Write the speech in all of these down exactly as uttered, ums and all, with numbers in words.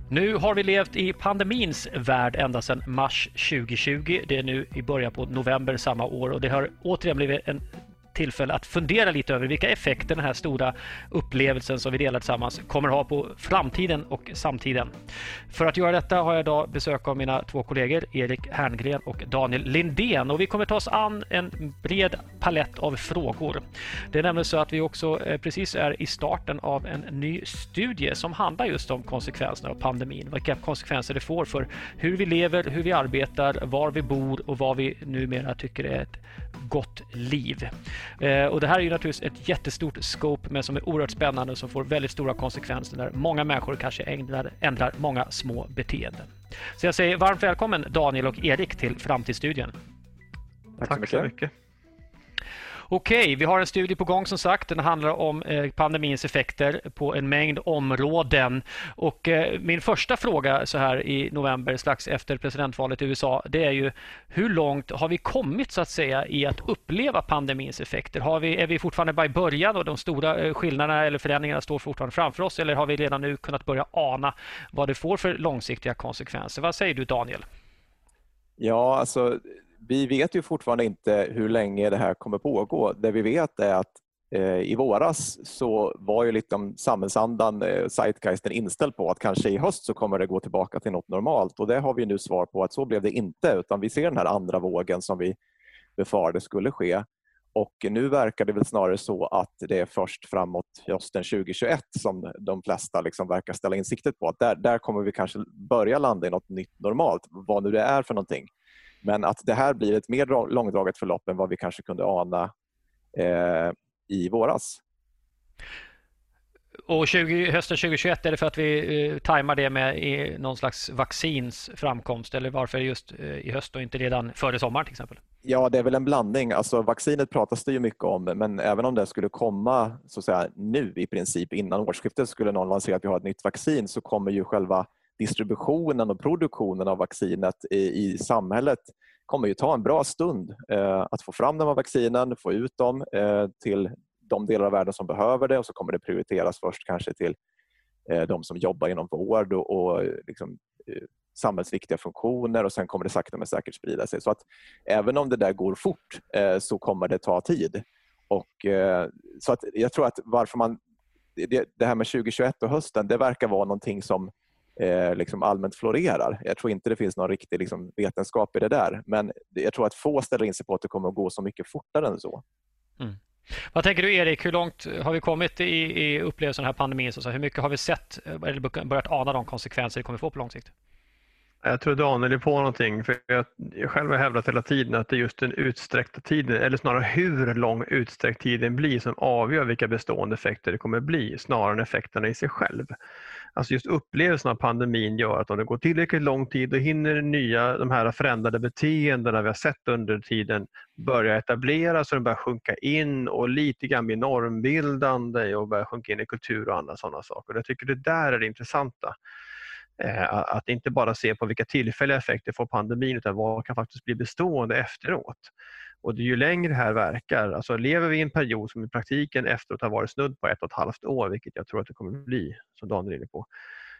Nu har vi levt i pandemins värld ända sedan mars tjugohundratjugo. Det är nu i början på november samma år och det har återigen blivit en tillfälle att fundera lite över vilka effekter den här stora upplevelsen som vi delar tillsammans kommer att ha på framtiden och samtiden. För att göra detta har jag idag besök av mina två kollegor Erik Herngren och Daniel Lindén och vi kommer ta oss an en bred palett av frågor. Det är nämligen så att vi också precis är i starten av en ny studie som handlar just om konsekvenserna av pandemin. Vilka konsekvenser det får för hur vi lever, hur vi arbetar, var vi bor och vad vi numera tycker är ett gott liv. Och det här är ju naturligtvis ett jättestort scope men som är oerhört spännande och som får väldigt stora konsekvenser där många människor kanske ändrar, ändrar många små beteenden. Så jag säger varmt välkommen Daniel och Erik till Framtidsstudien. Tack, Tack så mycket. Okej, vi har en studie på gång som sagt. Den handlar om eh, pandemins effekter på en mängd områden. Och eh, min första fråga så här i november strax efter presidentvalet i U S A, det är ju hur långt har vi kommit så att säga i att uppleva pandemins effekter? Har vi, är vi fortfarande bara i början och de stora eh, skillnaderna eller förändringarna står fortfarande framför oss? Eller har vi redan nu kunnat börja ana vad det får för långsiktiga konsekvenser? Vad säger du Daniel? Ja, alltså vi vet ju fortfarande inte hur länge det här kommer pågå. Det vi vet är att eh, i våras så var ju liksom samhällsandan, eh, zeitgeisten inställd på att kanske i höst så kommer det gå tillbaka till något normalt. Och det har vi nu svar på att så blev det inte, utan vi ser den här andra vågen som vi befarade skulle ske. Och nu verkar det väl snarare så att det är först framåt hösten tjugohundratjugoett som de flesta liksom verkar ställa insiktet på. Att där, där kommer vi kanske börja landa i något nytt normalt, vad nu det är för någonting. Men att det här blir ett mer långdraget förlopp än vad vi kanske kunde ana eh, i våras. Och tjugo, hösten tjugohundratjugoett, är det för att vi eh, tajmar det med i någon slags vaccins framkomst? Eller varför just eh, i höst och inte redan före sommaren till exempel? Ja, det är väl en blandning. Alltså, vaccinet pratas det ju mycket om, men även om det skulle komma så att säga, nu i princip innan årsskiftet skulle någon lansera att vi har ett nytt vaccin, så kommer ju själva distributionen och produktionen av vaccinet i, i samhället kommer ju ta en bra stund eh, att få fram de här vaccinen, få ut dem eh, till de delar av världen som behöver det, och så kommer det prioriteras först kanske till eh, de som jobbar inom vård och, och liksom, eh, samhällsviktiga funktioner, och sen kommer det sakta men säkert sprida sig. Så att även om det där går fort eh, så kommer det ta tid. Och, eh, så att jag tror att varför man det, det här med tjugohundratjugoett och hösten, det verkar vara någonting som Eh, liksom allmänt florerar. Jag tror inte det finns någon riktig liksom, vetenskap i det där. Men jag tror att få ställer in sig på att det kommer att gå så mycket fortare än så. Mm. Vad tänker du Erik? Hur långt har vi kommit i, i upplevelsen av den här pandemin? Så hur mycket har vi sett eller börjat ana de konsekvenser det kommer få på lång sikt? Jag tror Daniel är på någonting, för jag, jag själv har hävdat hela tiden att det är just den utsträckta tiden, eller snarare hur lång utsträckt tiden blir, som avgör vilka bestående effekter det kommer bli, snarare än effekterna i sig själv. Alltså just upplevelsen av pandemin gör att om det går tillräckligt lång tid, då hinner nya, de här förändrade beteendena vi har sett under tiden börja etableras, och de börjar sjunka in och lite grann bli normbildande och börja sjunka in i kultur och andra sådana saker. Jag tycker det där är det intressanta. Att inte bara se på vilka tillfälliga effekter får pandemin, utan vad kan faktiskt bli bestående efteråt. Och det är ju längre det här verkar, alltså lever vi i en period som i praktiken efteråt har varit snudd på ett och ett halvt år, vilket jag tror att det kommer att bli, som Daniel är inne på,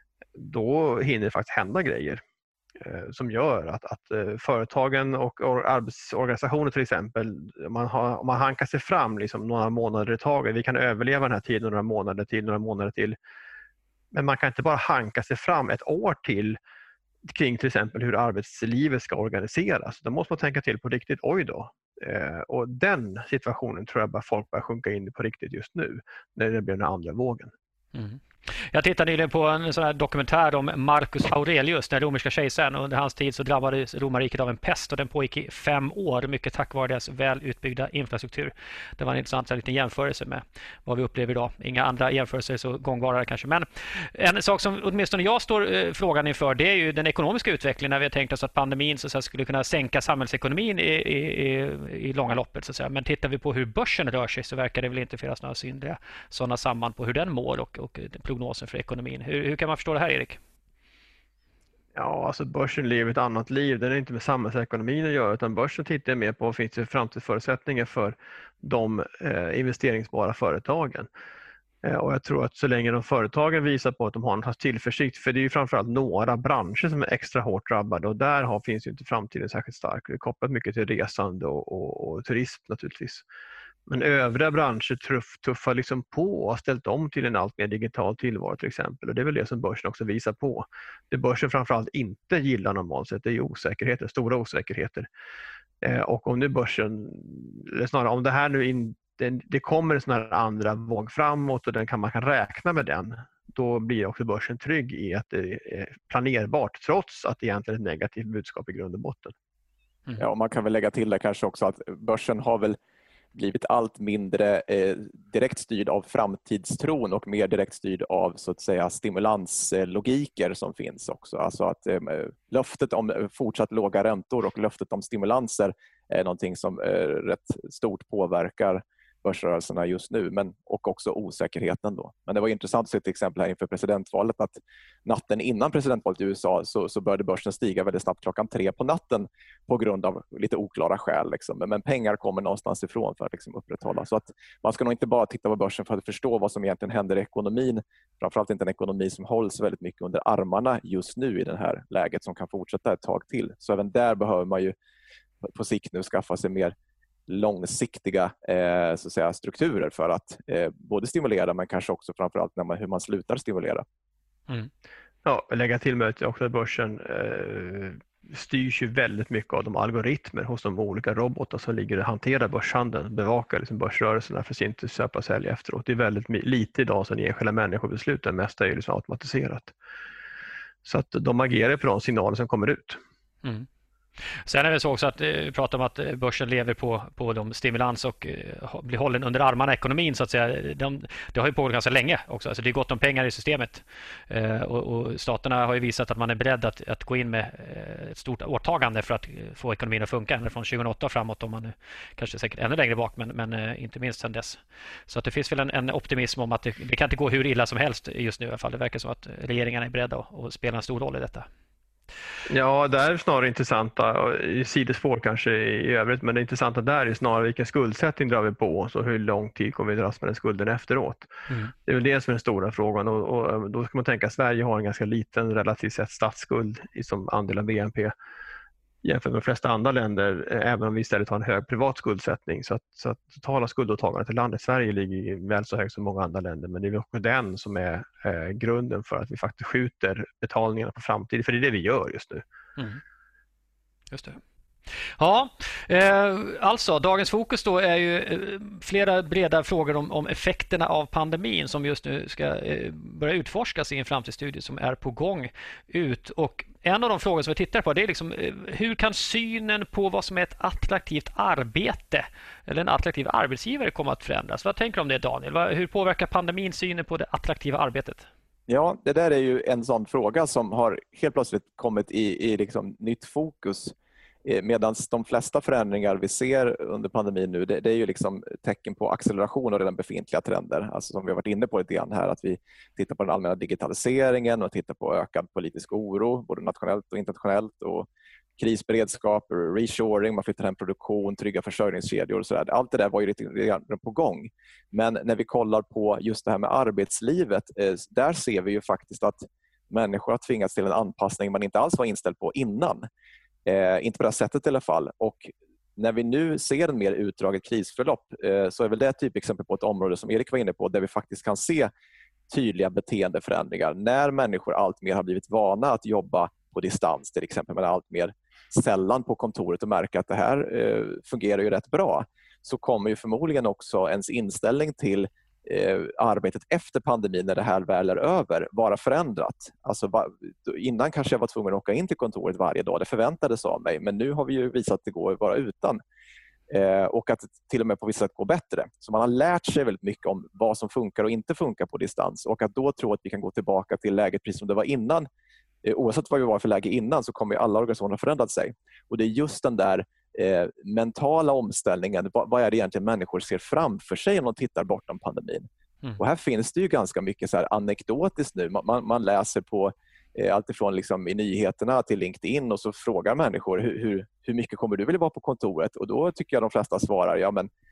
då hinner det faktiskt hända grejer eh, som gör att, att eh, företagen och, och arbetsorganisationer till exempel, man, har, man hankar sig fram liksom några månader i taget. Vi kan överleva den här tiden några månader till, några månader till. Men man kan inte bara hanka sig fram ett år till kring till exempel hur arbetslivet ska organiseras. Då måste man tänka till på riktigt, oj då. Eh, och den situationen tror jag bara folk börjar sjunka in på riktigt just nu, när det blir den andra vågen. Mm. Jag tittade nyligen på en sån här dokumentär om Marcus Aurelius, den romerska kejsaren. Under hans tid så drabbades romarriket av en pest och den pågick i fem år, mycket tack vare deras väl utbyggda infrastruktur. Det var en intressant liten jämförelse med vad vi upplever idag. Inga andra jämförelser är så gångbara kanske. Men en sak som åtminstone jag står eh, frågan inför, det är ju den ekonomiska utvecklingen, när vi har tänkt oss att pandemin så att säga, skulle kunna sänka samhällsekonomin i, i, i, i långa loppet. Så att säga. Men tittar vi på hur börsen rör sig så verkar det väl inte finnas några synliga sådana samband på hur den mår och, och prognosen för ekonomin. Hur, hur kan man förstå det här, Erik? Ja, alltså börsen lever ett annat liv. Den är inte med samhällsekonomin att göra, utan börsen tittar mer på vad finns det framtidsförutsättningar för de eh, investeringsbara företagen. Och jag tror att så länge de företagen visar på att de har en tillförsikt, för det är ju framförallt några branscher som är extra hårt drabbade och där har, finns ju inte framtiden särskilt stark. Det är kopplat mycket till resande och, och, och turism naturligtvis. Men övriga branscher tuff, tuffar liksom på och har ställt om till en allt mer digital tillvaro till exempel. Och det är väl det som börsen också visar på. Det börsen framförallt inte gillar normalt sett, det är osäkerheter, stora osäkerheter. Eh, och om nu börsen, eller snarare om det här nu in, det, det kommer en sån här andra våg framåt och den kan, man kan räkna med den, då blir också börsen trygg i att det är planerbart trots att det egentligen är ett negativt budskap i grund och botten. Mm. Ja, och man kan väl lägga till det kanske också att börsen har väl blivit allt mindre eh, direkt styrd av framtidstron och mer direkt styrd av så att säga stimulanslogiker som finns också. Alltså att eh, löftet om fortsatt låga räntor och löftet om stimulanser är någonting som eh, rätt stort påverkar börsrörelserna just nu, men och också osäkerheten då. Men det var intressant att se till exempel här inför presidentvalet att natten innan presidentvalet i U S A så, så började börsen stiga väldigt snabbt klockan tre på natten på grund av lite oklara skäl. Liksom. Men, men pengar kommer någonstans ifrån för att liksom upprätthålla. Så att man ska nog inte bara titta på börsen för att förstå vad som egentligen händer i ekonomin. Framförallt inte en ekonomi som hålls väldigt mycket under armarna just nu i det här läget som kan fortsätta ett tag till. Så även där behöver man ju på sikt nu skaffa sig mer långsiktiga eh, så att säga, strukturer för att eh, både stimulera men kanske också framförallt när man, hur man slutar stimulera. Mm. Ja, lägga till med också att börsen eh, styrs ju väldigt mycket av de algoritmer hos de olika robotar som ligger och hanterar börshandeln, bevakar liksom börsrörelserna för sin inte köpa och sälja efteråt. Det är väldigt lite idag som enskilda människor beslutar, mest är ju liksom automatiserat. Så att de agerar på de signaler som kommer ut. Mm. Sen är det så också att vi pratar om att börsen lever på, på de stimulans och blir hållen under armarna ekonomin så att säga. De, det har ju pågått ganska länge också. Alltså det är gott om pengar i systemet eh, och, och staterna har ju visat att man är beredd att, att gå in med ett stort åtagande för att få ekonomin att funka ända från tjugohundraåtta framåt, om man nu kanske säkert ännu längre bak, men, men inte minst sedan dess. Så att det finns väl en, en optimism om att det, det kan inte gå hur illa som helst just nu i alla fall. Det verkar som att regeringarna är beredda att, att spela en stor roll i detta. Ja, det är snarare intressanta i sidospår kanske i övrigt, men det intressanta där är snarare vilken skuldsättning drar vi på oss och hur lång tid kommer vi dras med den skulden efteråt. Mm. Det är väl det som är den stora frågan och, och då ska man tänka att Sverige har en ganska liten relativt sett statsskuld som andel av B N P jämfört med de flesta andra länder, även om vi istället har en hög privat skuldsättning. Så att, så att totala skuldåtagandet till landet Sverige ligger väl så högt som många andra länder, men det är också den som är eh, grunden för att vi faktiskt skjuter betalningarna på framtiden, för det är det vi gör just nu. Mm. Just det. Ja, eh, alltså dagens fokus då är ju eh, flera breda frågor om, om effekterna av pandemin som just nu ska eh, börja utforskas i en framtidsstudie som är på gång ut. Och en av de frågor som vi tittar på det är liksom, eh, hur kan synen på vad som är ett attraktivt arbete eller en attraktiv arbetsgivare komma att förändras? Vad tänker du om det, Daniel? Hur påverkar pandemin synen på det attraktiva arbetet? Ja, det där är ju en sån fråga som har helt plötsligt kommit i, i liksom nytt fokus. Medan de flesta förändringar vi ser under pandemin nu, det, det är ju liksom tecken på acceleration av redan befintliga trender. Alltså som vi har varit inne på lite grann här, att vi tittar på den allmänna digitaliseringen och tittar på ökad politisk oro, både nationellt och internationellt, och krisberedskap, reshoring, man flyttar hem produktion, trygga försörjningskedjor och sådär. Allt det där var ju redan på gång. Men när vi kollar på just det här med arbetslivet, där ser vi ju faktiskt att människor har tvingats till en anpassning man inte alls var inställd på innan. Eh, inte på det här sättet i alla fall. Och när vi nu ser en mer utdraget krisförlopp eh, så är väl det ett typexempel på ett område som Erik var inne på där vi faktiskt kan se tydliga beteendeförändringar. När människor allt mer har blivit vana att jobba på distans till exempel, men allt mer sällan på kontoret och märka att det här eh, fungerar ju rätt bra, så kommer ju förmodligen också ens inställning till Eh, arbetet efter pandemin, när det här väl är över, vara förändrat. Alltså, va, innan kanske jag var tvungen att åka in till kontoret varje dag, det förväntades av mig, men nu har vi ju visat att det går att vara utan eh, och att det till och med på vissa sätt går bättre. Så man har lärt sig väldigt mycket om vad som funkar och inte funkar på distans, och att då tro att vi kan gå tillbaka till läget precis som det var innan, eh, oavsett vad vi var för läge innan, så kommer alla organisationer förändrat sig. Och det är just den där Eh, mentala omställningen, vad, vad är det egentligen människor ser framför sig om de tittar bortom pandemin. Mm. Och här finns det ju ganska mycket så här anekdotiskt nu. Man, man, man läser på eh, allt ifrån liksom i nyheterna till LinkedIn, och så frågar människor hur, hur, hur mycket kommer du vilja vara på kontoret? Och då tycker jag de flesta svarar, ja men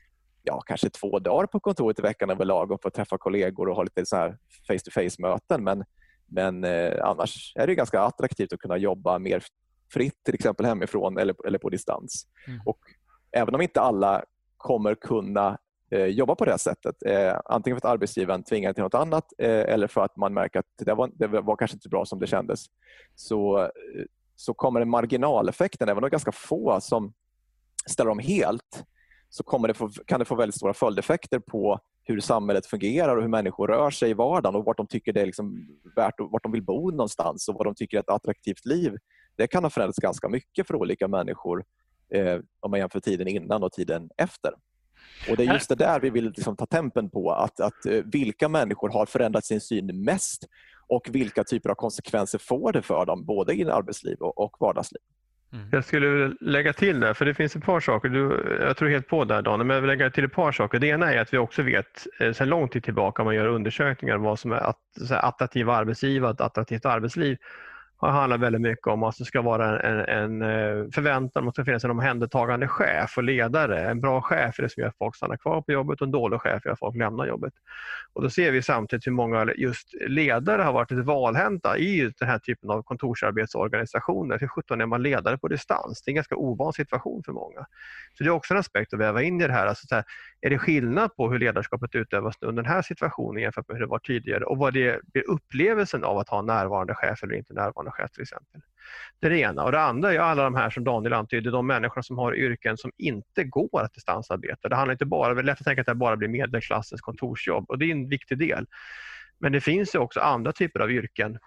ja, kanske två dagar på kontoret i veckan överlag och få träffa kollegor och ha lite så här face-to-face-möten. Men, men eh, annars är det ganska attraktivt att kunna jobba mer fritt, till exempel hemifrån eller, eller på distans. Mm. Och även om inte alla kommer kunna eh, jobba på det här sättet, eh, antingen för att arbetsgivaren tvingar till något annat eh, eller för att man märker att det var, det var kanske inte så bra som det kändes, så, eh, så kommer en marginaleffekten, även om det är ganska få som ställer om helt, så kommer det få, kan det få väldigt stora följdeffekter på hur samhället fungerar och hur människor rör sig i vardagen och vart de tycker det är liksom värt och vart de vill bo någonstans och vad de tycker är ett attraktivt liv. Det kan ha förändrats ganska mycket för olika människor eh, om man jämför tiden innan och tiden efter. Och det är just det där vi vill liksom ta tempen på, att, att eh, vilka människor har förändrat sin syn mest och vilka typer av konsekvenser får det för dem både i arbetsliv och, och vardagsliv. Mm. Jag skulle lägga till där, för det finns ett par saker, du, jag tror helt på där Dan, men jag vill lägga till ett par saker. Det ena är att vi också vet sedan lång tid tillbaka, man gör undersökningar vad som är att, så här, attraktiva arbetsgivare, ett attraktivt arbetsliv har handlat väldigt mycket om att det ska vara en, en, en förväntan om att det finns en omhändertagande chef och ledare. En bra chef är det som gör att folk stannar kvar på jobbet och en dålig chef gör att folk lämnar jobbet. Och då ser vi samtidigt hur många just ledare har varit lite valhänta i den här typen av kontorsarbetsorganisationer. Hur sjutton är man ledare på distans? Det är en ganska ovan situation för många. Så det är också en aspekt att väva in i det här. Alltså så här, är det skillnad på hur ledarskapet utövas under den här situationen jämfört med hur det var tidigare och vad det blir upplevelsen av att ha en närvarande chef eller inte närvarande chef till exempel. Det är det ena. Och det andra är alla de här som Daniel antydde, de människor som har yrken som inte går att distansarbeta. Det handlar inte bara, det är lätt att tänka att det bara blir medelklassens kontorsjobb och det är en viktig del. Men det finns ju också andra typer av yrken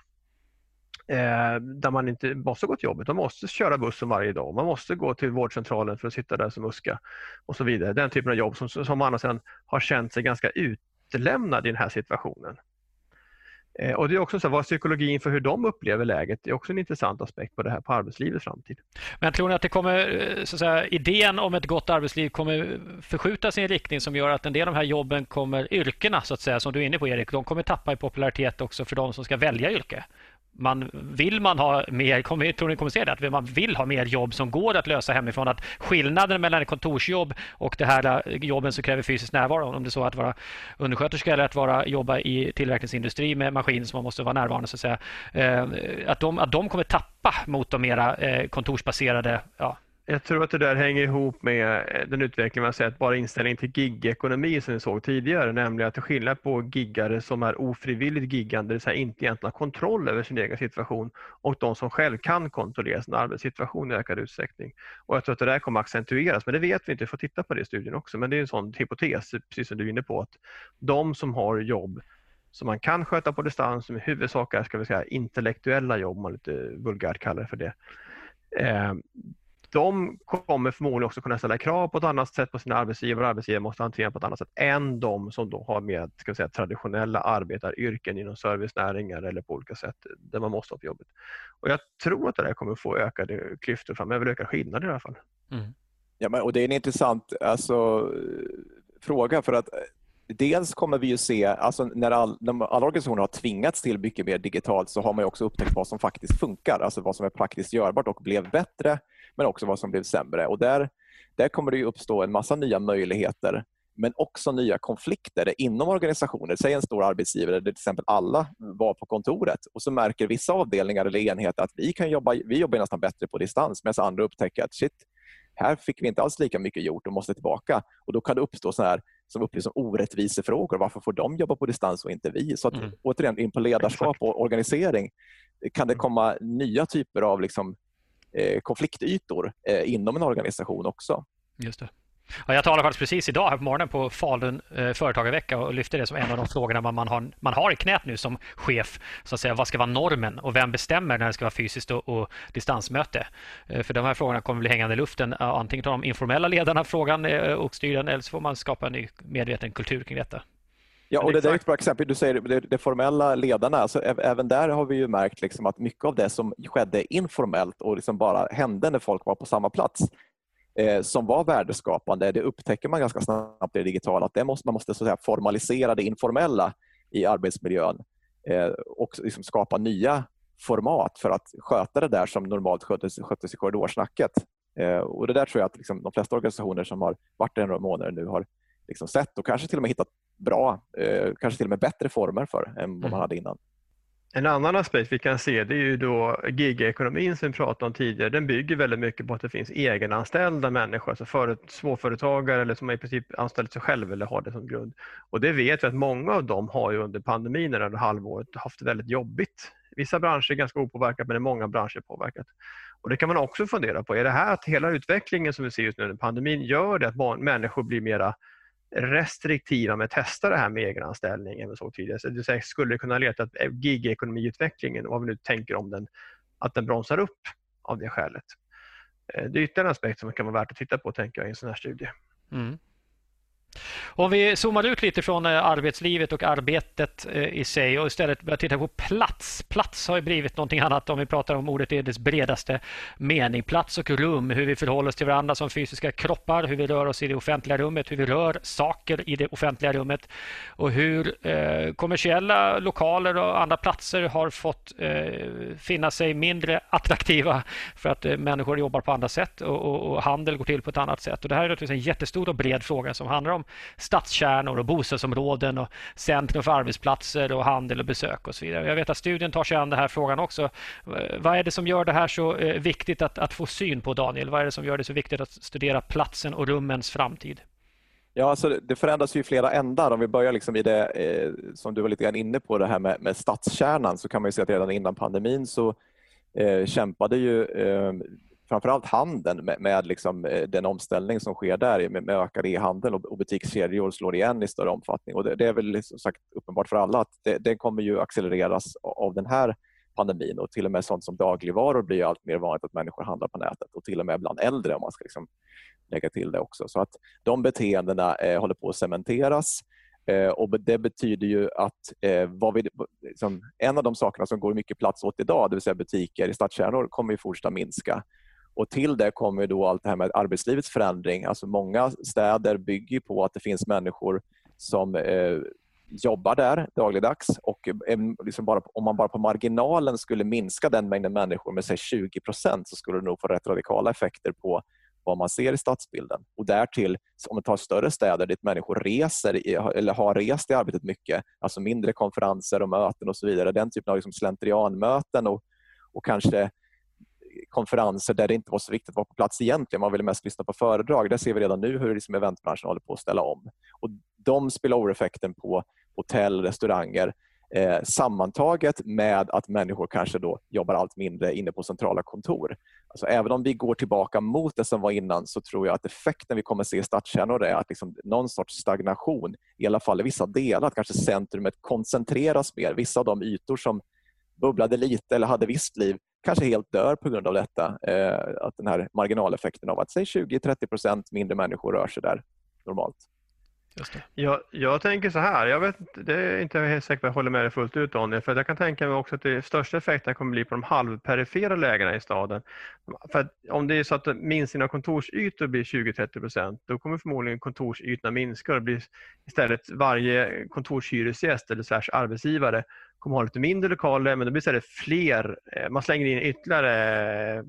eh, där man inte måste gå till jobbet. Man måste köra bussen varje dag. Man måste gå till vårdcentralen för att sitta där som muska och så vidare. Den typen av jobb som, som andra sedan har känt sig ganska utlämnad i den här situationen. Och det är också så, vad psykologin för hur de upplever läget är också en intressant aspekt på det här på arbetslivets framtid. Men tror ni att det kommer, så att säga, idén om ett gott arbetsliv kommer förskjutas i en riktning som gör att en del av de här jobben kommer, yrkena så att säga, som du är inne på Erik, de kommer tappa i popularitet också för de som ska välja yrke? Man, vill man ha mer, kommer, tror ni kommer se det, att man vill ha mer jobb som går att lösa hemifrån, att skillnaden mellan ett kontorsjobb och det här jobben som kräver fysisk närvaro, om det är så att vara undersköterska eller att vara, jobba i tillverkningsindustri med maskin som man måste vara närvarande så att säga, eh, att, de, att de kommer tappa mot de mera eh, kontorsbaserade, ja. Jag tror att det där hänger ihop med den utveckling man sett, bara inställning till gig-ekonomi som vi såg tidigare, nämligen att det skiljer på giggare som är ofrivilligt giggande, det vill säga inte egentligen har kontroll över sin egen situation, och de som själv kan kontrollera sin arbetssituation i ökad utsträckning. Och jag tror att det där kommer accentueras, men det vet vi inte, vi får titta på det i studien också, men det är en sån hypotes, precis som du är inne på, att de som har jobb som man kan sköta på distans, som i huvudsak är, ska vi säga, intellektuella jobb, man lite vulgärt kallar det för det, eh, de kommer förmodligen också kunna ställa krav på ett annat sätt på sina arbetsgivare, och arbetsgivare måste hantera på ett annat sätt än de som då har mer, ska vi säga, traditionella arbetaryrken inom servicenäringar eller på olika sätt där man måste ha på jobbet. Och jag tror att det där kommer få ökade klyftor framöver, ökade skillnader i alla fall. Mm. Ja, men, och det är en intressant alltså, fråga, för att dels kommer vi ju se, alltså när, all, när alla organisationer har tvingats till mycket mer digitalt, så har man ju också upptäckt vad som faktiskt funkar, alltså vad som är praktiskt görbart och blev bättre, men också vad som blev sämre. Och där, där kommer det ju uppstå en massa nya möjligheter, men också nya konflikter inom organisationer. Säg en stor arbetsgivare där till exempel alla var på kontoret, och så märker vissa avdelningar eller enheter att vi kan jobba, vi jobbar nästan bättre på distans, medan andra upptäcker att shit, här fick vi inte alls lika mycket gjort och måste tillbaka. Och då kan det uppstå så här som upplevs som orättvisefrågor. Varför får de jobba på distans och inte vi? Så att, mm. återigen, in på ledarskap och organisering kan det komma nya typer av liksom, eh, konfliktytor eh, inom en organisation också. Just det. Ja, jag talade faktiskt precis idag här på morgonen på Falun eh, företagarvecka och lyfte det som en av de frågorna man, man, har, man har i knät nu som chef. Så att säga, vad ska vara normen och vem bestämmer när det ska vara fysiskt och, och distansmöte? Eh, för de här frågorna kommer bli hängande i luften. Eh, antingen tar de informella ledarna frågan eh, och styr den, eller så får man skapa en ny medveten kultur kring detta. Ja, och det där är ett bra exempel. Du säger det, det formella ledarna. Alltså, även där har vi ju märkt liksom att mycket av det som skedde informellt och liksom bara hände när folk var på samma plats, eh, som var värdeskapande, det upptäcker man ganska snabbt i det digitala. Att det måste, man måste så att säga, formalisera det informella i arbetsmiljön eh, och liksom skapa nya format för att sköta det där som normalt sköttes, sköttes i korridorsnacket. Eh, och det där tror jag att liksom, de flesta organisationer som har varit där några månader nu har liksom sätt och kanske till och med hittat bra, eh, kanske till och med bättre former för än vad man hade innan. En annan aspekt vi kan se, det är ju då gigekonomin som vi pratade om tidigare. Den bygger väldigt mycket på att det finns egenanställda människor, alltså för, småföretagare eller som i princip anställt sig själv eller har det som grund. Och det vet vi att många av dem har ju under pandemin eller halvåret haft det väldigt jobbigt. Vissa branscher är ganska opåverkat, men det är många branscher påverkat. Och det kan man också fundera på. Är det här att hela utvecklingen som vi ser just nu under pandemin gör det att människor blir mera restriktiva med att testa det här med egenanställning än vi såg tidigare? Så det säger, skulle det kunna leta att gigekonomiutvecklingen, vad vi nu tänker om den, att den bromsar upp av det skälet? Det är ytterligare en aspekt som kan vara värt att titta på, tänker jag, i en sån här studie. Mm. Om vi zoomar ut lite från arbetslivet och arbetet i sig och istället börjar titta på plats. Plats har ju blivit någonting annat om vi pratar om ordet i dess bredaste mening. Plats och rum, hur vi förhåller oss till varandra som fysiska kroppar, hur vi rör oss i det offentliga rummet, hur vi rör saker i det offentliga rummet och hur eh, kommersiella lokaler och andra platser har fått eh, finna sig mindre attraktiva för att eh, människor jobbar på andra sätt och, och, och handel går till på ett annat sätt. Och det här är naturligtvis en jättestor och bred fråga som handlar om stadskärnor och bostadsområden och centrum för arbetsplatser och handel och besök och så vidare. Jag vet att studien tar sig an den här frågan också. Vad är det som gör det här så viktigt att, att få syn på, Daniel? Vad är det som gör det så viktigt att studera platsen och rummens framtid? Ja, alltså det förändras ju i flera ändar. Om vi börjar liksom i det eh, som du var lite grann inne på, det här med, med stadskärnan, så kan man ju se att redan innan pandemin så eh, kämpade ju eh, framförallt handeln med, med liksom den omställning som sker där med, med ökad e-handel och, och butikskedjor slår igen i större omfattning. Och det, det är väl liksom sagt uppenbart för alla att det, det kommer ju accelereras av den här pandemin, och till och med sånt som dagligvaror blir allt mer vanligt att människor handlar på nätet, och till och med bland äldre om man ska liksom lägga till det också. Så att de beteendena eh, håller på att cementeras. Eh, och det betyder ju att eh, vad vi, liksom, en av de sakerna som går mycket plats åt idag, det vill säga butiker i stadskärnor, kommer ju fortsätta minska. Och till det kommer då allt det här med arbetslivets förändring. Alltså många städer bygger på att det finns människor som eh, jobbar där dagligdags. Och eh, liksom bara, om man bara på marginalen skulle minska den mängden människor med säg tjugo procent, så skulle det nog få rätt radikala effekter på vad man ser i stadsbilden. Och därtill, om man tar större städer dit människor reser i, eller har rest i arbetet mycket, alltså mindre konferenser och möten och så vidare, den typen av liksom slentrianmöten och, och kanske konferenser där det inte var så viktigt att vara på plats egentligen, man ville mest lyssna på föredrag. Där ser vi redan nu hur liksom eventbranschen håller på att ställa om. Och de spillover-effekten på hotell, restauranger eh, sammantaget med att människor kanske då jobbar allt mindre inne på centrala kontor. Alltså även om vi går tillbaka mot det som var innan, så tror jag att effekten vi kommer att se i stadskärnor är att liksom någon sorts stagnation, i alla fall i vissa delar, att kanske centrumet koncentreras mer. Vissa av de ytor som bubblade lite eller hade visst liv kanske helt dör på grund av detta. Eh, att den här marginaleffekten av att säg tjugo till trettio procent mindre människor rör sig där normalt. Just det. Jag, jag tänker så här, jag vet det är inte helt säkert att jag håller med dig fullt ut, Daniel, för jag kan tänka mig också att det största effekten kommer bli på de halvperifera lägena i staden. För att om det är så att minskningen av kontorsytor blir tjugo till trettio procent, då kommer förmodligen kontorsytorna minska, och det blir istället varje kontorshyresgäst eller särskilt arbetsgivare kommer ha lite mindre lokaler, men det blir istället fler, man slänger in ytterligare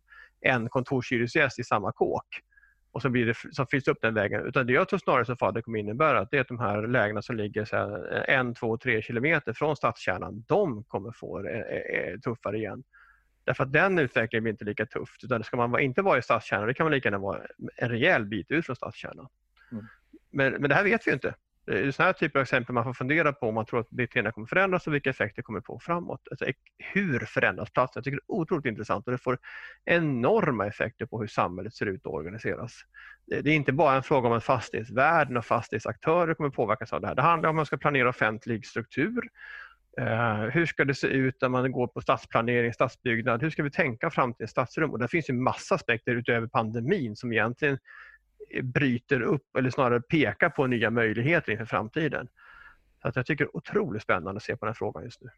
en kontorshyresgäst i samma kåk. Och så blir det, så fylls upp den vägen. Utan det jag tror snarare så fall det kommer innebära att det är att de här lägena som ligger så här, en, två, tre kilometer från stadskärnan, de kommer få det är, tuffare igen. Därför att den utvecklingen blir inte lika tufft. Utan ska man inte vara i stadskärnan, det kan man lika gärna vara en rejäl bit ut från stadskärnan. Mm. Men, men det här vet vi inte. Det är sådana här typer av exempel man får fundera på om man tror att beteendena kommer förändras och vilka effekter kommer på framåt. Alltså, hur förändras platsen? Jag tycker det är otroligt intressant, och det får enorma effekter på hur samhället ser ut och organiseras. Det är inte bara en fråga om att fastighetsvärden och fastighetsaktörer kommer påverkas av det här. Det handlar om att man ska planera offentlig struktur. Uh, hur ska det se ut när man går på stadsplanering, stadsbyggnad? Hur ska vi tänka framtidens stadsrum? Och det finns ju massa aspekter utöver pandemin som egentligen bryter upp eller snarare pekar på nya möjligheter inför framtiden. Så att jag tycker det är otroligt spännande att se på den här frågan just nu.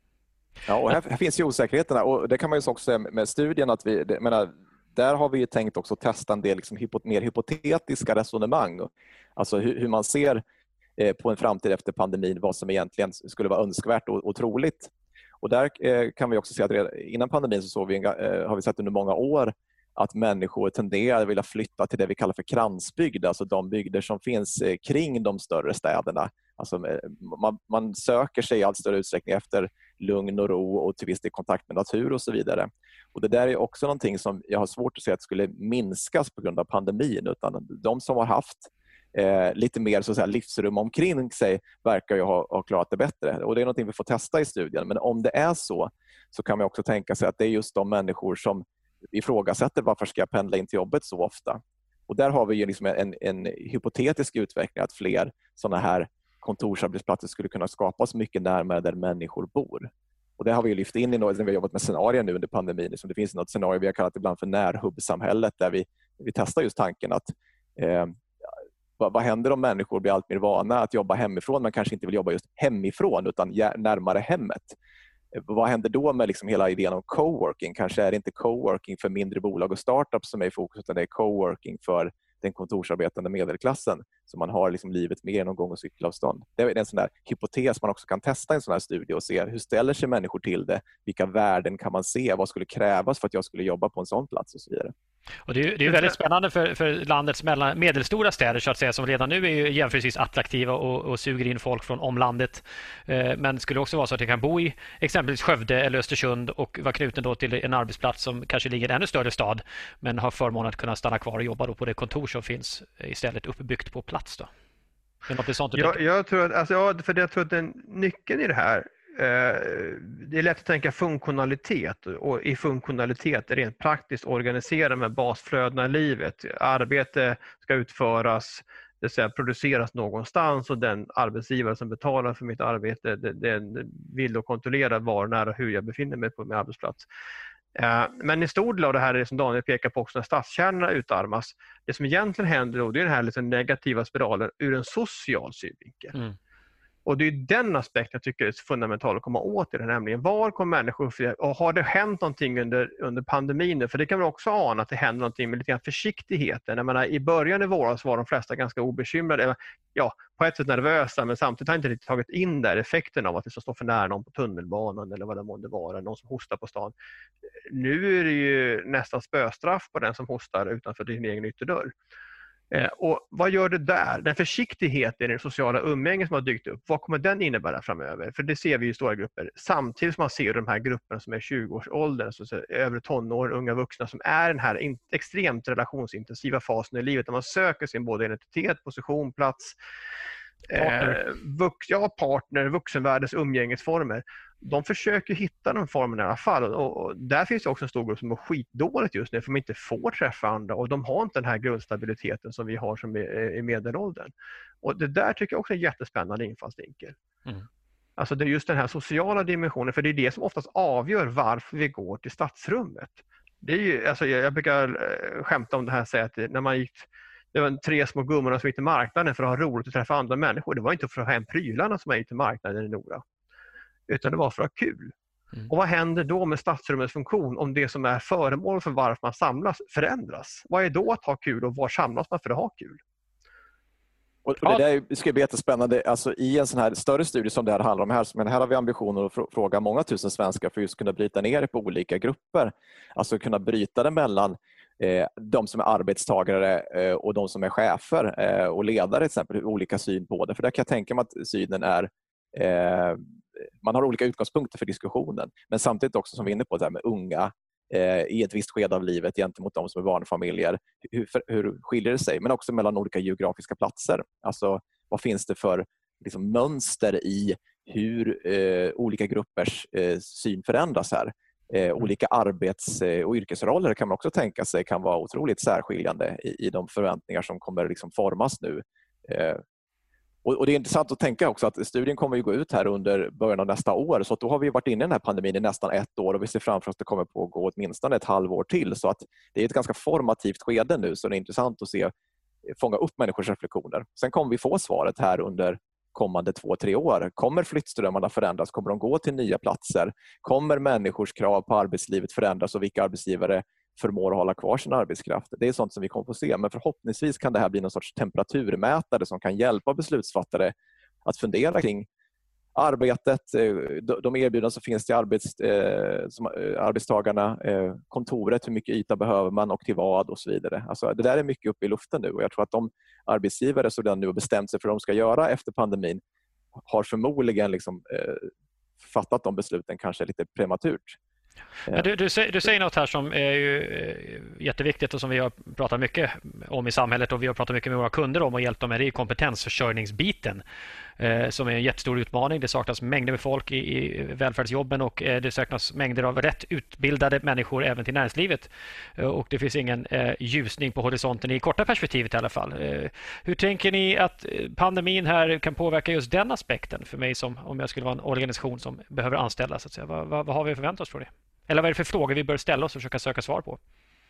Ja, och här, här finns ju osäkerheterna, och det kan man ju också säga med studien att vi, det, menar, där har vi ju tänkt också testa en del liksom hypot, mer hypotetiska resonemang. Alltså hur, hur man ser eh, på en framtid efter pandemin, vad som egentligen skulle vara önskvärt och, och troligt. Och där eh, kan vi också se att redan innan pandemin så såg vi en, eh, har vi sett under många år att människor tenderar att vilja flytta till det vi kallar för kransbygd, alltså de bygder som finns kring de större städerna. Alltså man, man söker sig i allt större utsträckning efter lugn och ro och till viss del kontakt med natur och så vidare. Och det där är också någonting som jag har svårt att säga att skulle minskas på grund av pandemin, utan de som har haft eh, lite mer så att säga, livsrum omkring sig verkar ju ha, ha klarat det bättre. Och det är någonting vi får testa i studien. Men om det är så, så kan man också tänka sig att det är just de människor som ifrågasätter varför ska jag pendla in till jobbet så ofta. Och där har vi ju liksom en, en hypotetisk utveckling att fler sådana här kontorsarbetsplatser skulle kunna skapas mycket närmare där människor bor. Och det har vi ju lyft in i något, när vi har jobbat med scenarier nu under pandemin. Liksom det finns något scenario vi har kallat ibland för närhubbsamhället där vi, vi testar just tanken att eh, vad, vad händer om människor blir allt mer vana att jobba hemifrån men kanske inte vill jobba just hemifrån utan närmare hemmet. Vad händer då med liksom hela idén om coworking? Kanske är det inte coworking för mindre bolag och startups som är i fokus utan det är coworking för den kontorsarbetande medelklassen så man har liksom livet med någon gång och cykelavstånd. Det är en sån där hypotes man också kan testa i en sån här studie och se hur ställer sig människor till det? Vilka värden kan man se? Vad skulle krävas för att jag skulle jobba på en sån plats och så vidare. Och det är, det är väldigt spännande för, för landets mellan, medelstora städer så att säga, som redan nu är jämförelsevis attraktiva och, och suger in folk från omlandet. Eh, men skulle också vara så att jag kan bo i exempelvis Skövde eller Östersund och vara knuten då till en arbetsplats som kanske ligger i en ännu större stad men har förmånen att kunna stanna kvar och jobba då på det kontor som finns istället uppbyggt på plats då. Men något sånt jag, jag tror att, alltså, ja, för jag tror att den nyckeln i det här det är lätt att tänka funktionalitet och i funktionalitet är det rent praktiskt organisera med basflödena i livet. Arbete ska utföras, det ska produceras någonstans och den arbetsgivare som betalar för mitt arbete den vill då kontrollera var, när och hur jag befinner mig på min arbetsplats. Men i stor del av det här är det som Daniel pekar på också när stadskärnorna utarmas. Det som egentligen händer då det är den här lite negativa spiralen ur en social synvinkel. Mm. Och det är den aspekten jag tycker är fundamental att komma åt i det, nämligen var kommer människor och har det hänt någonting under, under pandemin? För det kan man också ana att det händer någonting med lite grann försiktigheten. Jag menar, i början i våras var de flesta ganska obekymrade, ja, på ett sätt nervösa men samtidigt har inte riktigt tagit in där effekten av att det ska stå för nära någon på tunnelbanan eller vad det måste vara, någon som hostar på stan. Nu är det ju nästan spöstraff på den som hostar utanför din egen ytterdörr. Och vad gör det där? Den försiktigheten i det sociala umgänget som har dykt upp, vad kommer den innebära framöver? För det ser vi i stora grupper. Samtidigt som man ser de här grupperna som är tjugo-årsåldern, så övre tonår, unga vuxna som är den här extremt relationsintensiva fasen i livet där man söker sin både identitet, position, plats, partner, eh, vux, ja, partner vuxenvärldens umgängesformer. De försöker hitta den formen i alla fall och, och där finns det också en stor grupp som mår skitdåligt just nu för de inte får träffa andra och de har inte den här grundstabiliteten som vi har som är i medelåldern. Och det där tycker jag också är en jättespännande infallsvinkel. Mm. Alltså det är just den här sociala dimensionen, för det är det som oftast avgör varför vi går till stadsrummet. Det är ju, alltså jag, jag brukar skämta om det här, säga att när man gick det var tre små gummorna som gick till marknaden för att ha roligt att träffa andra människor. Det var inte för att ha hem prylarna som gick till marknaden i Nora. Utan det var för att ha kul. Mm. Och vad händer då med stadsrummets funktion om det som är föremål för varför man samlas förändras? Vad är då att ha kul och var samlas man för att ha kul? Och det där ska bli jättespännande. Alltså, i en sån här större studie som det här handlar om här, men här har vi ambitioner att fråga många tusen svenskar för just kunna bryta ner det på olika grupper. Alltså kunna bryta det mellan eh, de som är arbetstagare eh, och de som är chefer eh, och ledare till exempel, olika syn på det. För där kan jag tänka mig att synen är eh, man har olika utgångspunkter för diskussionen, men samtidigt också som vi är inne på det här med unga eh, i ett visst skede av livet gentemot de som är barnfamiljer. Hur, för, hur skiljer det sig? Men också mellan olika geografiska platser. Alltså vad finns det för liksom, mönster i hur eh, olika gruppers eh, syn förändras här? Eh, olika arbets- och yrkesroller kan man också tänka sig kan vara otroligt särskiljande i, i de förväntningar som kommer liksom formas nu. Eh, Och, och det är intressant att tänka också att studien kommer ju gå ut här under början av nästa år. Så att då har vi varit inne i den här pandemin i nästan ett år och vi ser framför oss att det kommer på att gå åtminstone ett halvår till. Så att det är ett ganska formativt skede nu, så det är intressant att se, fånga upp människors reflektioner. Sen kommer vi få svaret här under kommande två, tre år. Kommer flyttströmmarna förändras? Kommer de gå till nya platser? Kommer människors krav på arbetslivet förändras och vilka arbetsgivare förmår att hålla kvar sin arbetskraft? Det är sånt som vi kommer få se, men förhoppningsvis kan det här bli någon sorts temperaturmätare som kan hjälpa beslutsfattare att fundera kring arbetet, de erbjudanden som finns till arbets, eh, som, eh, arbetstagarna, eh, kontoret, hur mycket yta behöver man och till vad och så vidare. Alltså, det där är mycket uppe i luften nu och jag tror att de arbetsgivare som den nu har bestämt sig för vad de ska göra efter pandemin har förmodligen liksom, eh, fattat de besluten kanske lite prematurt. Men du, du, säger, du säger något här som är ju jätteviktigt och som vi har pratat mycket om i samhället och vi har pratat mycket med våra kunder om och hjälpt dem med, det är kompetensförsörjningsbiten eh, som är en jättestor utmaning. Det saknas mängder med folk i, i välfärdsjobben och eh, det saknas mängder av rätt utbildade människor även till näringslivet eh, och det finns ingen eh, ljusning på horisonten i korta perspektivet i alla fall. Eh, hur tänker ni att pandemin här kan påverka just den aspekten för mig som om jag skulle vara en organisation som behöver anställa så att säga? Vad, vad, vad har vi förväntat oss för det? Eller vad är det för frågor vi bör ställa oss och försöka söka svar på?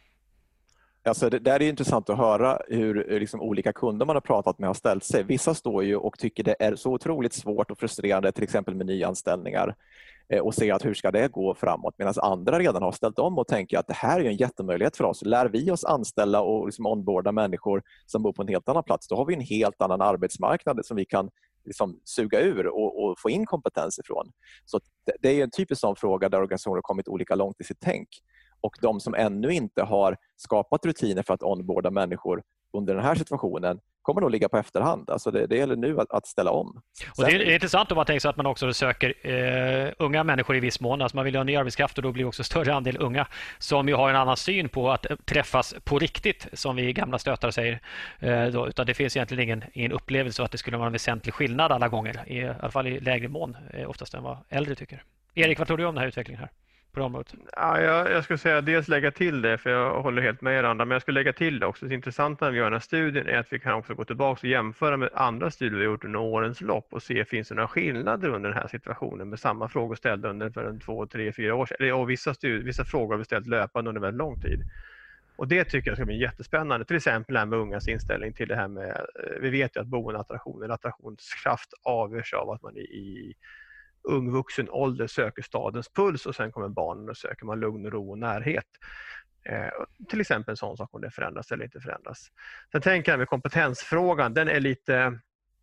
Alltså det där är intressant att höra hur liksom olika kunder man har pratat med har ställt sig. Vissa står ju och tycker det är så otroligt svårt och frustrerande till exempel med nyanställningar och ser att hur ska det gå framåt, medan andra redan har ställt om och tänker att det här är en jättemöjlighet för oss. Lär vi oss anställa och liksom onboarda människor som bor på en helt annan plats, då har vi en helt annan arbetsmarknad som vi kan liksom suga ur och, och få in kompetens ifrån. Så det, det är en typisk sån fråga där organisationer har kommit olika långt i sitt tänk. Och de som ännu inte har skapat rutiner för att onboarda människor under den här situationen kommer nog ligga på efterhand. Alltså det, det gäller nu att, att ställa om. Och det är intressant om man tänker sig att man också söker eh, unga människor i viss mån. Alltså man vill ha ny arbetskraft och då blir också större andel unga som ju har en annan syn på att träffas på riktigt, som vi gamla stötare säger. Eh, då, utan det finns egentligen ingen, ingen upplevelse av att det skulle vara en väsentlig skillnad alla gånger. I, i alla fall i lägre mån eh, oftast än vad äldre tycker. Erik, vad tror du om den här utvecklingen här? Ja, jag, jag skulle säga dels lägga till det, för jag håller helt med er andra, men jag skulle lägga till det också. Det intressanta när vi gör den här studien är att vi kan också gå tillbaka och jämföra med andra studier vi har gjort under årens lopp och se finns det några skillnader under den här situationen med samma frågor ställda under för en två, tre, fyra år sedan. Och vissa, studier, vissa frågor har vi ställt löpande under väldigt lång tid. Och det tycker jag ska bli jättespännande. Till exempel det här med ungas inställning till det här med, vi vet ju att boendeattraktion eller attraktionskraft avgörs av att man i, i ung vuxen ålder söker stadens puls och sen kommer barnen och söker man lugn och ro och närhet. Eh, till exempel en sån sak om det förändras eller inte förändras. Sen tänker jag med kompetensfrågan, den är lite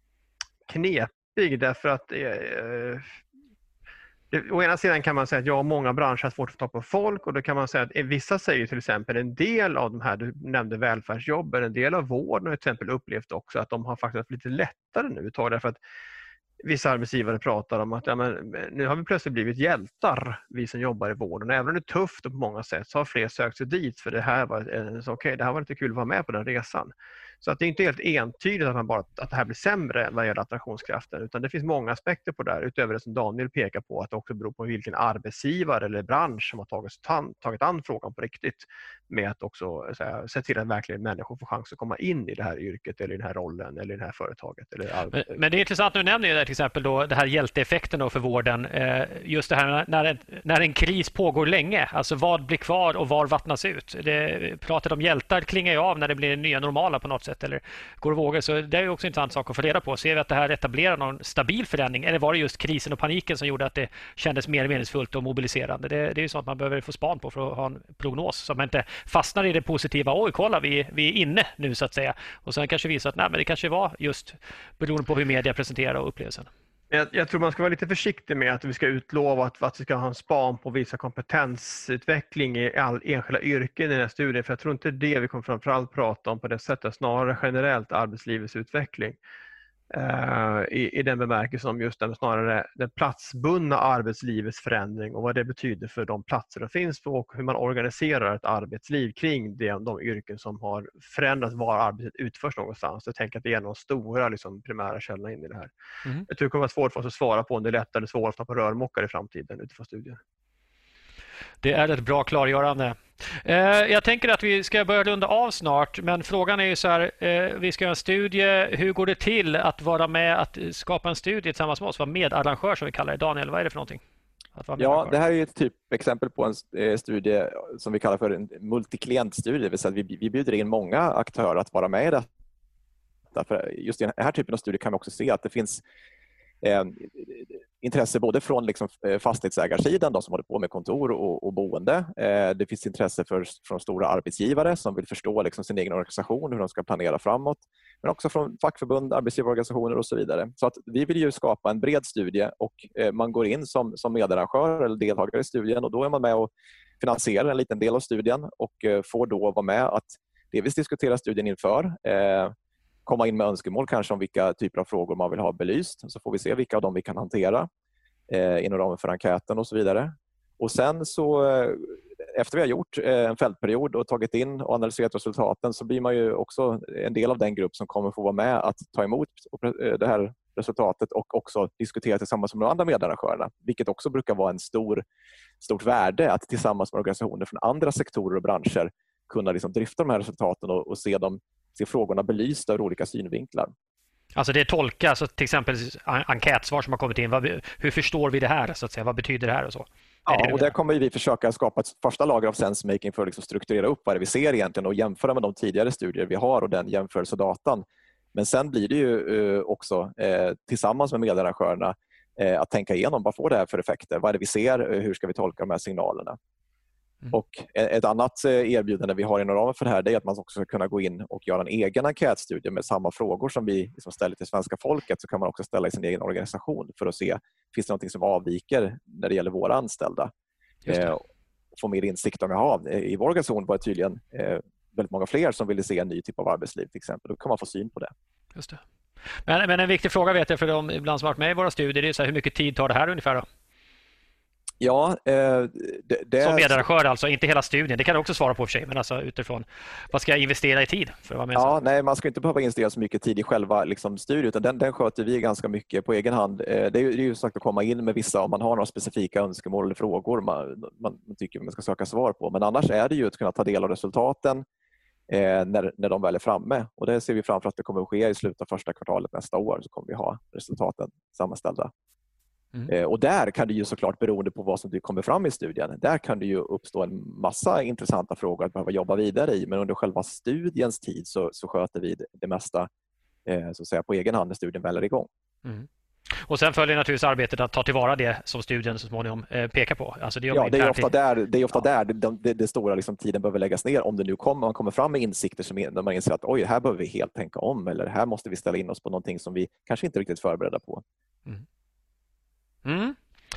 knepig därför att eh, det, å ena sidan kan man säga att ja, många branscher har svårt att få tag på folk och då kan man säga att vissa säger till exempel en del av de här, du nämnde välfärdsjobben, en del av vården har till exempel upplevt också att de har faktiskt haft lite lättare nu ett tag därför att vissa arbetsgivare pratar om att ja, men, nu har vi plötsligt blivit hjältar, vi som jobbar i vården. Även om det är tufft på många sätt så har fler sökt sig dit för det här var, eh, okay, det här var inte kul att vara med på den resan. Så att det är inte helt entydigt att, man bara, att det här blir sämre vad gäller attraktionskraften utan det finns många aspekter på det här utöver det som Daniel pekar på att det också beror på vilken arbetsgivare eller bransch som har tagit, tagit an frågan på riktigt med att också så här, se till att verkligen människor får chans att komma in i det här yrket eller i den här rollen eller i det här företaget. Eller men, men det är intressant att du nämner det till exempel då, det här hjälteeffekten då för vården. Eh, just det här när en, när en kris pågår länge, alltså vad blir kvar och var vattnas ut? Det, pratet om hjältar klingar ju av när det blir nya normala på något sätt eller går att våga. Så det är ju också en intressant sak att få reda på. Ser vi att det här etablerar någon stabil förändring eller var det just krisen och paniken som gjorde att det kändes mer meningsfullt och mobiliserande? Det, det är ju sånt man behöver få span på för att ha en prognos så att man inte fastnar i det positiva. Oj, kolla, vi, vi är inne nu så att säga. Och sen kanske visa att nej, men det kanske var just beroende på hur media presenterar och upplevelsen. Jag, jag tror man ska vara lite försiktig med att vi ska utlova att, att vi ska ha en span på vissa kompetensutveckling i all enskilda yrken i den här studien. För jag tror inte det vi kommer framförallt prata om på det sättet. Snarare generellt arbetslivets utveckling. Uh, i, i den bemärkelsen som just den, snarare den platsbundna arbetslivets förändring och vad det betyder för de platser det finns på och hur man organiserar ett arbetsliv kring det, de yrken som har förändrats var arbetet utförs någonstans. Jag tänker att det är en av de stora liksom, primära källorna in i det här. Mm. Jag tror det kommer att vara svårt för oss att svara på om det är lättare eller svårare att ta på rörmokare i framtiden utifrån studien. Det är ett bra klargörande. Jag tänker att vi ska börja runda av snart, men frågan är ju så här, vi ska göra en studie. Hur går det till att vara med att skapa en studie tillsammans med oss? Vara medarrangör som vi kallar det. Daniel, vad är det för någonting? Ja, det här är ett typ exempel på en studie som vi kallar för en multiklientstudie. Det vill säga att vi, vi bjuder in många aktörer att vara med i detta. För just i den här typen av studier kan vi också se att det finns eh, intresse både från liksom fastighetsägarsidan, de som håller på med kontor och, och boende. Eh, det finns intresse för, från stora arbetsgivare som vill förstå liksom sin egen organisation, hur de ska planera framåt. Men också från fackförbund, arbetsgivarorganisationer och så vidare. Så att vi vill ju skapa en bred studie och eh, man går in som, som medarrangör eller deltagare i studien och då är man med och finansierar en liten del av studien och eh, får då vara med att delvis diskutera studien inför. Eh, komma in med önskemål kanske om vilka typer av frågor man vill ha belyst. Så får vi se vilka av dem vi kan hantera eh, inom ramen för enkäten och så vidare. Och sen så eh, efter vi har gjort eh, en fältperiod och tagit in och analyserat resultaten så blir man ju också en del av den grupp som kommer få vara med att ta emot det här resultatet och också diskutera tillsammans med de andra medarrangörerna. Vilket också brukar vara en stor, stort värde att tillsammans med organisationer från andra sektorer och branscher kunna liksom drifta de här resultaten och, och se, dem, se frågorna belysta ur olika synvinklar. Alltså det tolka, alltså till exempel enkätsvar som har kommit in. Vad, hur förstår vi det här? Så att säga? Vad betyder det här? Och så? Ja, och där kommer vi försöka skapa ett första lager av sensemaking för att liksom strukturera upp vad det vi ser egentligen och jämföra med de tidigare studier vi har och den jämförelsedatan. Men sen blir det ju också eh, tillsammans med medarrangörerna eh, att tänka igenom vad får det här för effekter? Vad är det vi ser? Hur ska vi tolka de här signalerna? Mm. Och ett annat erbjudande vi har inom ramen för det här är att man också ska kunna gå in och göra en egen enkätstudie med samma frågor som vi liksom ställer till svenska folket, så kan man också ställa i sin egen organisation för att se, finns det något som avviker när det gäller våra anställda? Eh, få mer insikt om, jaha, i vår organisation var det tydligen eh, väldigt många fler som ville se en ny typ av arbetsliv till exempel. Då kan man få syn på det. Just det. Men, men en viktig fråga vet jag för de ibland som varit med i våra studier, det är så här, hur mycket tid tar det här ungefär då? Ja, eh, det, det som medarrangör alltså, inte hela studien. Det kan du också svara på för sig, men alltså utifrån vad ska jag investera i tid för att vara med? Ja, nej, man ska inte behöva investera så mycket tid i själva liksom, studien, utan den, den sköter vi ganska mycket på egen hand. Eh, det, är, det är ju sagt att komma in med vissa om man har några specifika önskemål eller frågor man, man, man tycker man ska söka svar på. Men annars är det ju att kunna ta del av resultaten eh, när, när de väl är framme. Och det ser vi framför att det kommer att ske i slutet av första kvartalet nästa år, så kommer vi ha resultaten sammanställda. Mm. Och där kan det ju såklart, beroende på vad som kommer fram i studien, där kan det ju uppstå en massa intressanta frågor att behöva jobba vidare i, men under själva studiens tid så, så sköter vi det mesta eh, så att säga, på egen hand när studien väl är igång. Mm. Och sen följer naturligtvis arbetet att ta tillvara det som studien så småningom eh, pekar på. Alltså det ja, det är ofta där, det, är ofta ja. där det, det, det stora liksom, tiden behöver läggas ner, om det nu kommer, man kommer fram med insikter som när man inser att oj, här behöver vi helt tänka om, eller här måste vi ställa in oss på någonting som vi kanske inte är riktigt förberedda på. Mm. Mm.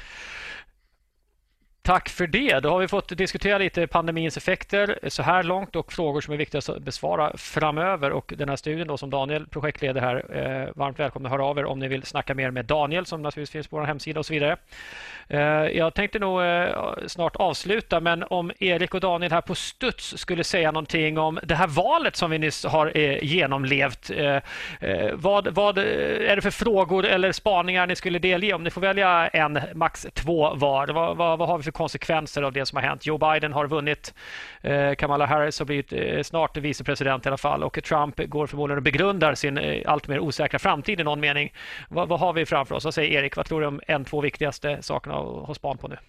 Tack för det. Då har vi fått diskutera lite pandemins effekter så här långt och frågor som är viktiga att besvara framöver. Och den här studien då som Daniel projektleder här, eh, varmt välkomna att höra av er om ni vill snacka mer med Daniel som naturligtvis finns på vår hemsida och så vidare. Eh, jag tänkte nog eh, snart avsluta, men om Erik och Daniel här på studs skulle säga någonting om det här valet som vi nyss har eh, genomlevt. Eh, eh, vad, vad är det för frågor eller spaningar ni skulle delge? Om ni får välja en, max två var. Vad, vad, vad har vi för konsekvenser av det som har hänt? Joe Biden har vunnit. Eh, Kamala Harris har blivit eh, snart vicepresident i alla fall. Och Trump går förmodligen och begrundar sin eh, allt mer osäkra framtid i någon mening. Va, vad har vi framför oss? Vad säger Erik? Vad tror du om en, två viktigaste sakerna att ha span på nu?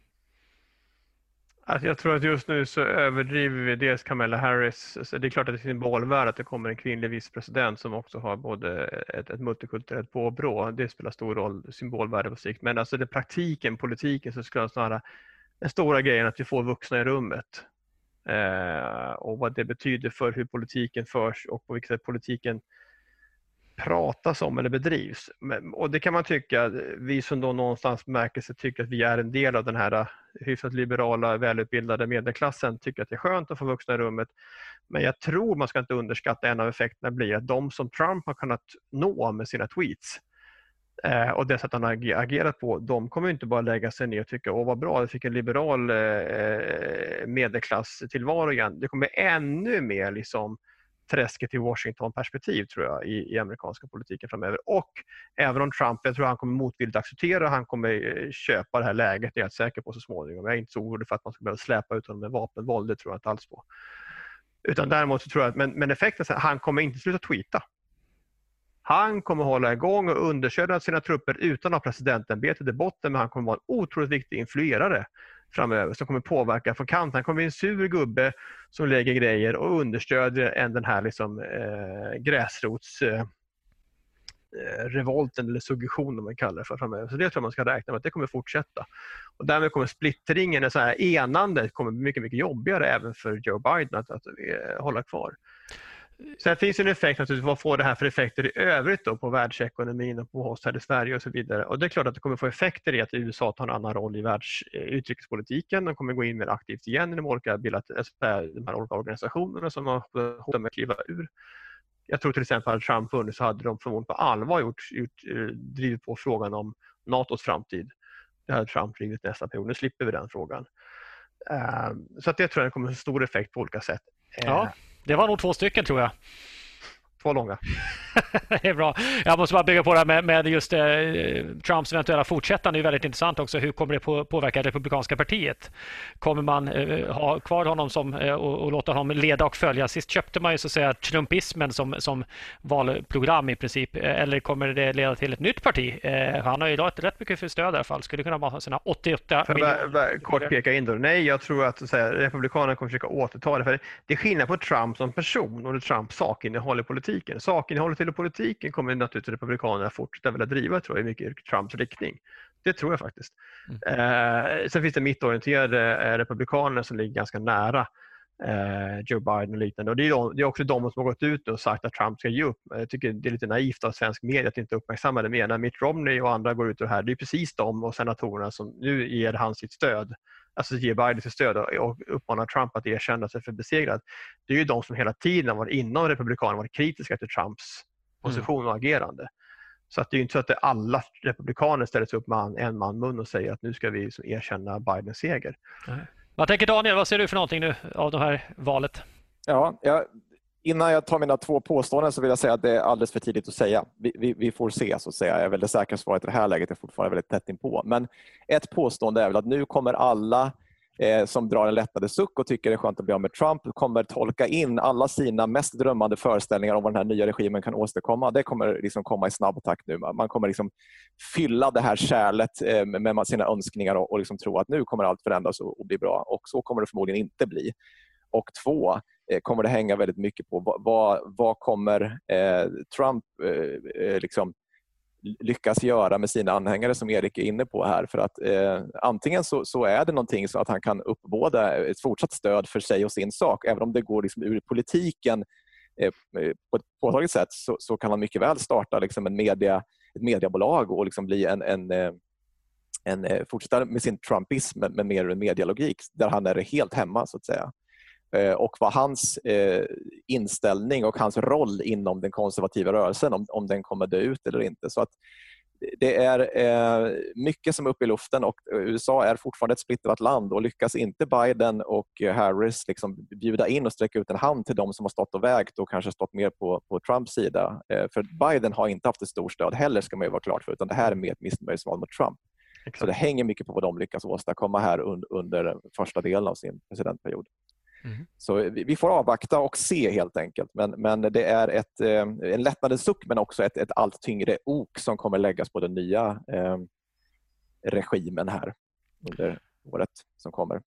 Alltså jag tror att just nu så överdriver vi dels Kamala Harris. Så det är klart att det är symbolvärde att det kommer en kvinnlig vicepresident som också har både ett, ett multikulturellt påbrå. Det spelar stor roll, symbolvärde på sikt. Men alltså det praktiken, politiken, så skulle jag snarare den stora grejen att vi får vuxna i rummet. Eh, och vad det betyder för hur politiken förs och på vilket sätt politiken pratas om eller bedrivs. Men, och det kan man tycka, vi som då någonstans märker sig tycker att vi är en del av den här hyfsat liberala, välutbildade medelklassen, tycker att det är skönt att få vuxna i rummet. Men jag tror man ska inte underskatta, en av effekterna blir att de som Trump har kunnat nå med sina tweets eh, och det sätt han har agerat på, de kommer inte bara lägga sig ner och tycka åh vad bra, det fick en liberal eh, medelklass tillvaro igen. Det kommer ännu mer liksom träsket i Washington-perspektiv tror jag i, i amerikanska politiken framöver. Och även om Trump, jag tror han kommer motvilligt acceptera, han kommer köpa det här läget, det är jag säker på så småningom. Jag är inte så orolig för att man ska behöva släpa ut honom med vapenvåld, det tror jag inte alls på. Utan däremot så tror jag att, men, men effekten är att han kommer inte sluta tweeta. Han kommer hålla igång och understödja sina trupper utan att ha presidentämbetet i botten, men han kommer vara en otroligt viktig influerare framöver som kommer påverka från kanten. Han kommer bli en sur gubbe som lägger grejer och understödjer en den här liksom, eh, gräsrots eh, revolten eller suggestion om man kallar det för framöver. Så det tror jag man ska räkna med att det kommer fortsätta. Och därmed kommer splittringen, så här enandet kommer bli mycket, mycket jobbigare även för Joe Biden att, att uh, hålla kvar. Sen finns en effekt naturligtvis, vad får det här för effekter i övrigt då på världsekonomin och på oss här i Sverige och så vidare. Och det är klart att det kommer få effekter i att U S A tar en annan roll i världsutrikespolitiken. De kommer gå in mer aktivt igen i de olika, de här olika organisationerna som har hotat med att kliva ur. Jag tror till exempel att Trump vunnit så hade de förmodligen på allvar gjort, gjort, drivit på frågan om NATOs framtid. Det hade Trump drivit nästa period. Nu slipper vi den frågan. Så att det tror jag kommer ha stor effekt på olika sätt. Ja. Det var nog två stycken tror jag. Två långa. Det är bra. Jag måste bara bygga på det här med, med just eh, Trumps eventuella fortsättande. Det är väldigt intressant också. Hur kommer det på, påverka Republikanska partiet? Kommer man eh, ha kvar honom som, eh, och, och låta honom leda och följa? Sist köpte man ju så att säga trumpismen som, som valprogram i princip. Eller kommer det leda till ett nytt parti? Eh, han har ju idag ett rätt mycket för stöd i alla fall. Skulle kunna ha sina åttioåtta miljoner. Kort peka in då. Nej, jag tror att, att säga, Republikanerna kommer försöka återta det. För det är skillnad på Trump som person och det Trumps sakinnehåll i politiken. Sakinnehållet till politiken kommer naturligtvis Republikanerna fortsätta vilja driva, tror jag, i mycket Trumps riktning. Det tror jag faktiskt. Mm. Eh, sen finns det mittorienterade eh, republikaner som ligger ganska nära eh, Joe Biden och liknande. Och det är, de, det är också de som har gått ut och sagt att Trump ska ge upp. Jag tycker det är lite naivt av svensk media att inte uppmärksamma det mer. När Mitt Romney och andra går ut och här, det är precis de och senatorerna som nu ger han sitt stöd. Alltså ger Biden sitt stöd och uppmanar Trump att erkänna sig för besegrad. Det är ju de som hela tiden har varit inom republikanerna varit kritiska till Trumps position och agerande. Så att det är ju inte så att det alla republikaner ställer sig upp med en man mun och säger att nu ska vi erkänna Bidens seger. Nej. Vad tänker Daniel? Vad ser du för någonting nu av det här valet? Ja, jag, innan jag tar mina två påståenden så vill jag säga att det är alldeles för tidigt att säga. Vi, vi, vi får se så att säga. Jag är väl det säkra svaret i det här läget är fortfarande väldigt tätt inpå. Men ett påstående är väl att nu kommer alla eh, som drar en lättade suck och tycker det är skönt att bli av med Trump kommer tolka in alla sina mest drömmande föreställningar om vad den här nya regimen kan åstadkomma. Det kommer liksom komma i snabb takt nu. Man kommer liksom fylla det här kärlet eh, med sina önskningar och, och liksom tro att nu kommer allt förändras och, och bli bra. Och så kommer det förmodligen inte bli. Och två, eh, kommer det hänga väldigt mycket på vad, vad, vad kommer eh, Trump eh, liksom lyckas göra med sina anhängare som Erik är inne på här. För att eh, antingen så, så är det någonting så att han kan uppbåda ett fortsatt stöd för sig och sin sak. Även om det går liksom ur politiken eh, på ett påtagligt sätt så, så kan han mycket väl starta liksom en media, ett mediebolag och liksom bli en, en, en, en fortsätta med sin trumpism med, med mer medialogik där han är helt hemma så att säga. Och vad hans eh, inställning och hans roll inom den konservativa rörelsen, om, om den kommer dö ut eller inte. Så att det är eh, mycket som är uppe i luften och U S A är fortfarande ett splittrat land och lyckas inte Biden och Harris liksom bjuda in och sträcka ut en hand till de som har stått och vägt och kanske stått mer på, på Trumps sida. Eh, för Biden har inte haft ett stort stöd heller ska man ju vara klart för, utan det här är mer ett missnöjesval mot Trump. Exakt. Så det hänger mycket på vad de lyckas åstadkomma här under, under första delen av sin presidentperiod. Mm. Så vi, vi får avvakta och se helt enkelt. Men, men det är ett, eh, en lättnadens suck men också ett, ett allt tyngre ok som kommer läggas på den nya eh, regimen här under året som kommer.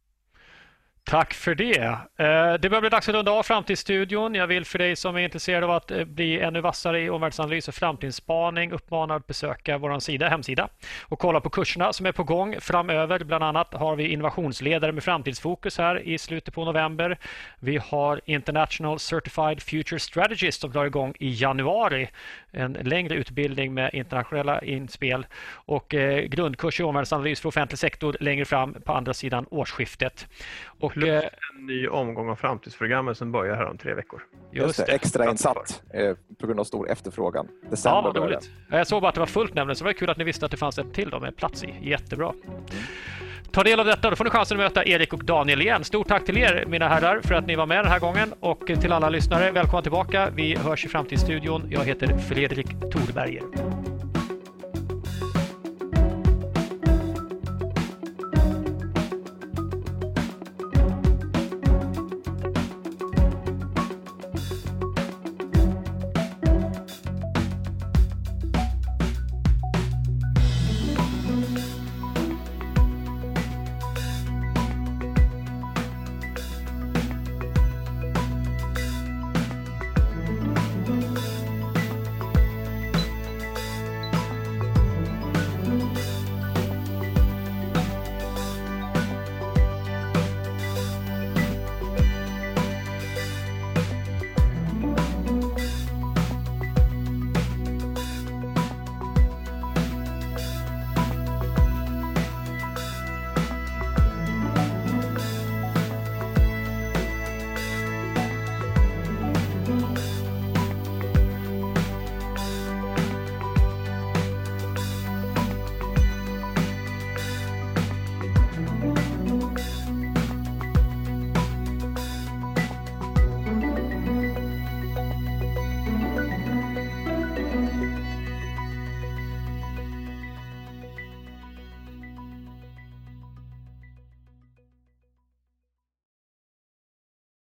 Tack för det. Det börjar bli dags att runda av Framtidsstudion. Jag vill för dig som är intresserad av att bli ännu vassare i omvärldsanalys och framtidsspaning uppmana att besöka vår sida, hemsida och kolla på kurserna som är på gång framöver. Bland annat har vi innovationsledare med framtidsfokus här i slutet på november. Vi har International Certified Future Strategist som drar igång i januari. En längre utbildning med internationella inspel och eh, grundkurs i omvärldsanalys för offentlig sektor längre fram på andra sidan årsskiftet. Och plus en ny omgång av framtidsprogrammet som börjar här om tre veckor. Just det, extra insatt eh, på grund av stor efterfrågan. December ja, roligt. Jag såg bara att det var fullt nämligen, så det var kul att ni visste att det fanns ett till då med plats i. Jättebra. Mm. Ta del av detta, då får ni chansen att möta Erik och Daniel igen. Stort tack till er, mina herrar, för att ni var med den här gången. Och till alla lyssnare, välkomna tillbaka. Vi hörs i Framtidsstudion. Jag heter Fredrik Thorberger.